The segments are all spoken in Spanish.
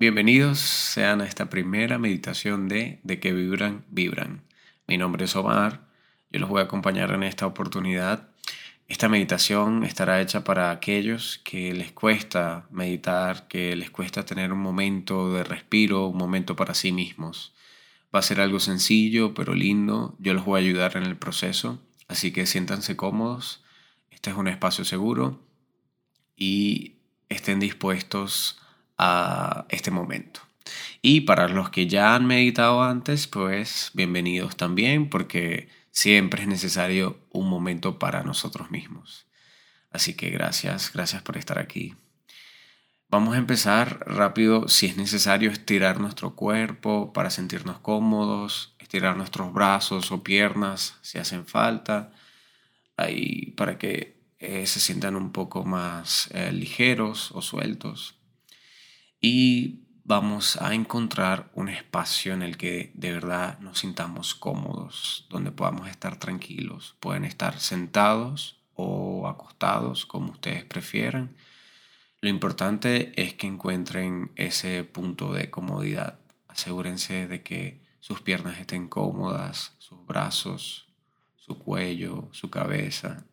Bienvenidos sean a esta primera meditación de que vibran, vibran. Mi nombre es Omar, yo los voy a acompañar en esta oportunidad. Esta meditación estará hecha para aquellos que les cuesta meditar, que les cuesta tener un momento de respiro, un momento para sí mismos. Va a ser algo sencillo pero lindo, yo los voy a ayudar en el proceso, así que siéntanse cómodos. Este es un espacio seguro y estén dispuestos a este momento. Y para los que ya han meditado antes, pues bienvenidos también, porque siempre es necesario un momento para nosotros mismos. Así que gracias por estar aquí. Vamos a empezar rápido. Si es necesario estirar nuestro cuerpo para sentirnos cómodos, estirar nuestros brazos o piernas si hacen falta, ahí para que se sientan un poco más ligeros o sueltos. Y vamos a encontrar un espacio en el que de verdad nos sintamos cómodos, donde podamos estar tranquilos. Pueden estar sentados o acostados, como ustedes prefieran. Lo importante es que encuentren ese punto de comodidad. Asegúrense de que sus piernas estén cómodas, sus brazos, su cuello, su cabeza.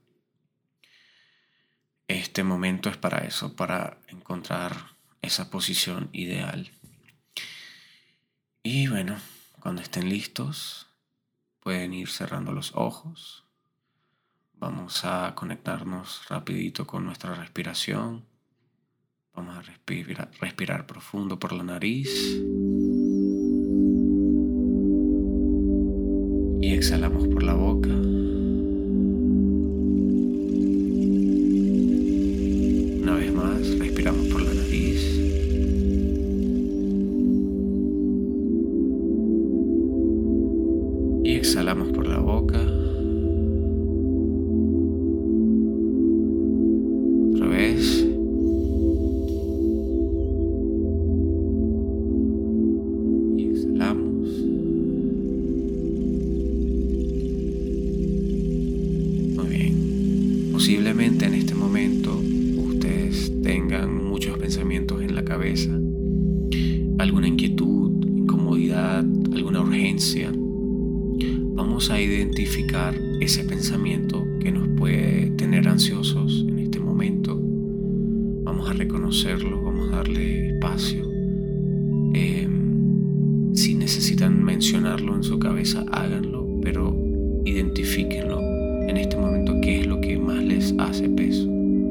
Este momento es para eso, para encontrar esa posición ideal. Y bueno, cuando estén listos, pueden ir cerrando los ojos. Vamos a conectarnos rapidito con nuestra respiración. Vamos a respirar profundo por la nariz. Y exhalamos por la boca. Una vez más, respiramos por la nariz. Y exhalamos por la boca. Otra vez. Y exhalamos. Muy bien. Posiblemente en este momento ustedes tengan muchos pensamientos en la cabeza. Alguna inquietud, incomodidad, alguna urgencia. Vamos a identificar ese pensamiento que nos puede tener ansiosos en este momento. Vamos a reconocerlo, vamos a darle espacio. Si necesitan mencionarlo en su cabeza, háganlo, pero identifíquenlo en este momento qué es lo que más les hace peso.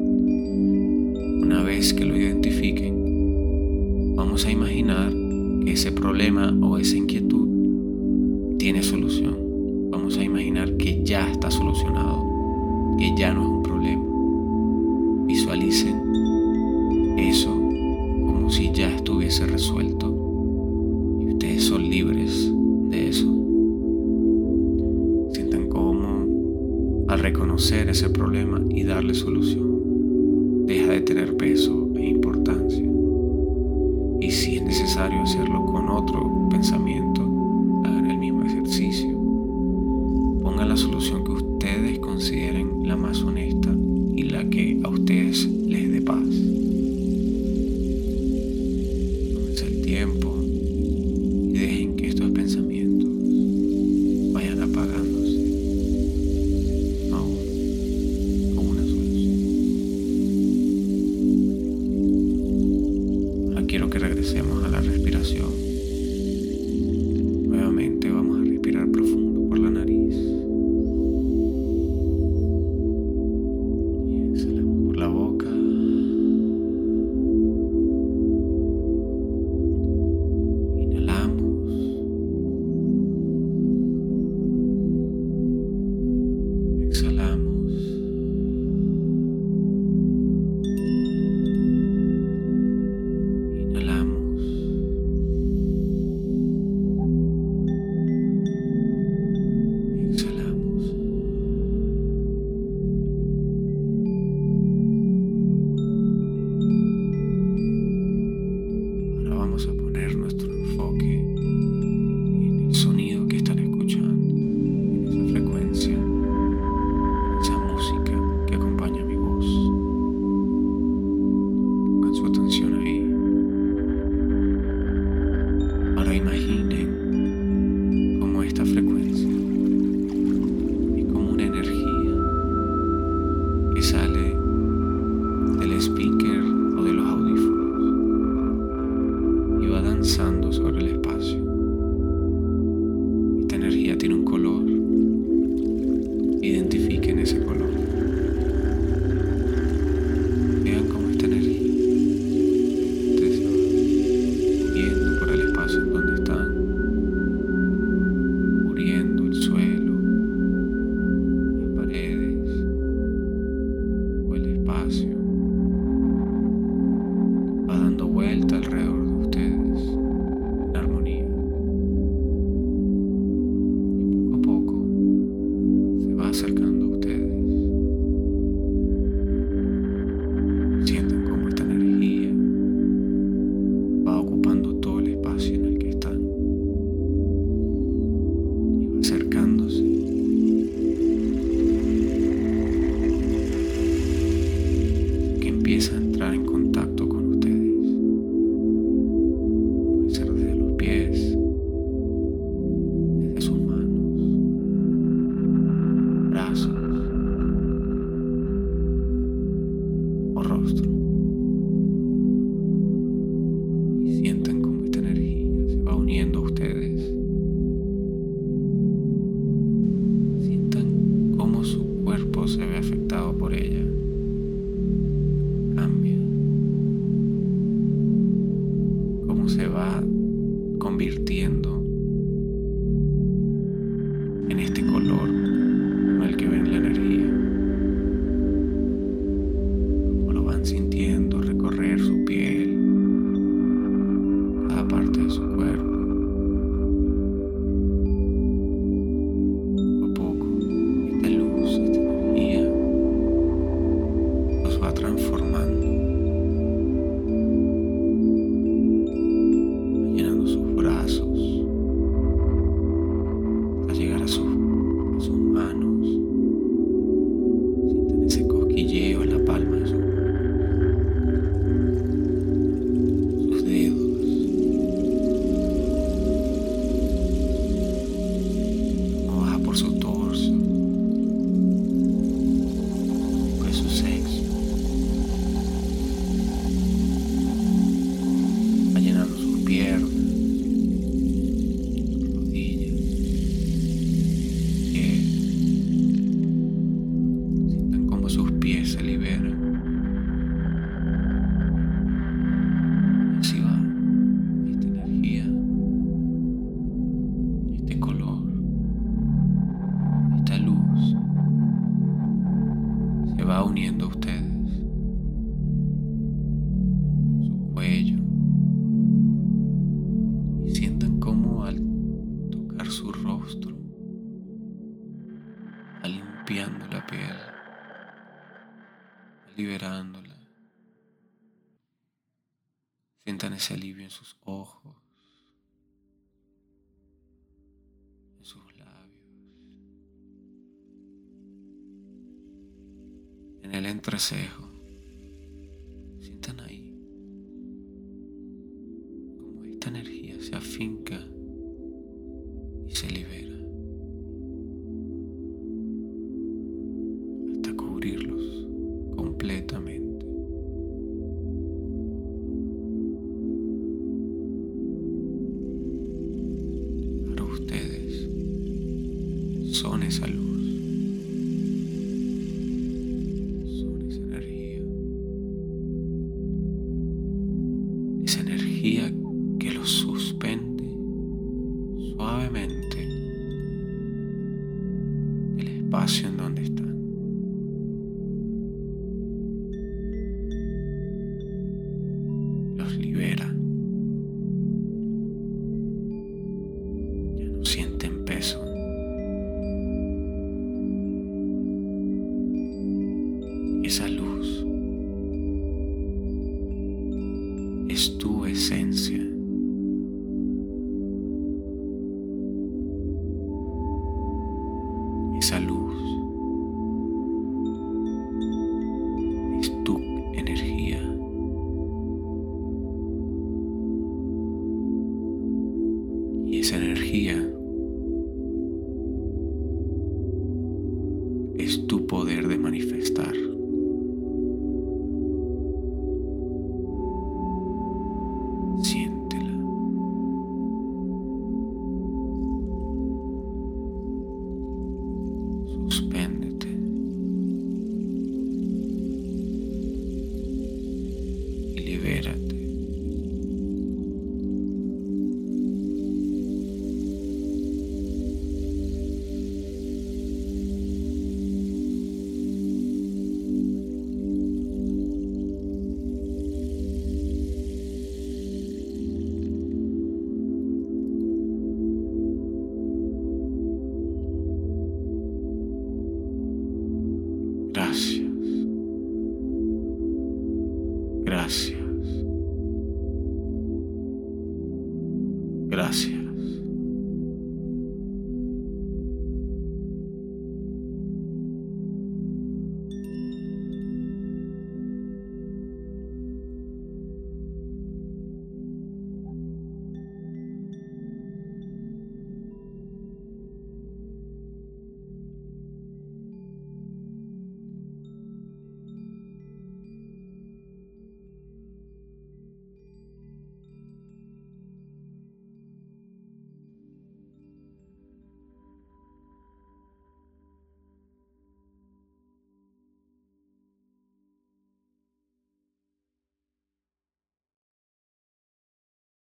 Una vez que lo identifiquen, vamos a imaginar que ese problema o esa inquietud tiene solución. Vamos a imaginar que ya está solucionado, que ya no es un problema. Visualicen eso como si ya estuviese resuelto y ustedes son libres de eso. Sientan cómo al reconocer ese problema y darle solución, deja de tener peso e importancia. Y si es necesario hacerlo con otro pensamiento, hagan el mismo ejercicio. Pongan la solución que ustedes consideren la más honesta y la que a ustedes les dé paz. Tómense el tiempo y dejen que estos pensamientos vayan apagándose a uno, con una solución. Ahora quiero que regresemos a la respiración. Nuevamente vamos a respirar profundo por la nariz. Y exhalamos por la boca. Inhalamos. Exhalamos. Inhalamos. Exhalamos. Ahora vamos a poner nuestro enfoque en el sonido que están escuchando, en esa frecuencia, en esa música que acompaña mi voz. Pongan su atención ahí. Ahora imaginen cómo esta frecuencia es como una energía que sale del speaker o de los audífonos y va danzando sobre el espacio. Esta energía tiene un color. Identifiquen ese color. Vean cómo esta energía se va moviendo por el espacio en donde están, cubriendo el suelo, las paredes o el espacio. Va dando vuelta alrededor de ustedes en armonía. Y poco a poco se va acercando a ustedes. Sienten cómo esta energía va ocupando todo el espacio en el que están y va acercándose. Que empieza a entrar en contacto con ustedes. Puede ser desde los pies, desde sus manos, brazos o rostro. Y sientan cómo esta energía se va uniendo a ustedes. Sientan cómo su cuerpo se ve afectado por ella. Cambia. Cómo se va convirtiendo en este color con el que ven la energía. Cómo lo van sintiendo recorrer su piel, cada parte de su cuerpo. Poco a poco, esta luz, esta energía los va transformando, va llenando sus brazos hasta llegar a sus manos. Sienten ese cosquilleo en la palma de sus manos, sus dedos, cómo baja por su torso, por su sexo, va llenando sus piernas, sus rodillas, pies. Sientan cómo sus pies se liberan. Y así va esta energía, este color, esta luz se va uniendo a ustedes. Su cuello. Y sientan cómo al tocar su rostro va limpiando la piel, va liberándola. Sientan ese alivio en sus ojos, en sus labios, en el entrecejo. Sientan ahí como esta energía se afinca y se libera hasta cubrirlos completamente. Para ustedes son esa luz, son esa energía que los suspende suavemente del espacio en donde están. Los libera. Ya no sienten peso. Esa luz es tu esencia. esa energía es tu poder de manifestar. Siéntela. Suspéndete. Y libérate. Gracias. Gracias. Gracias.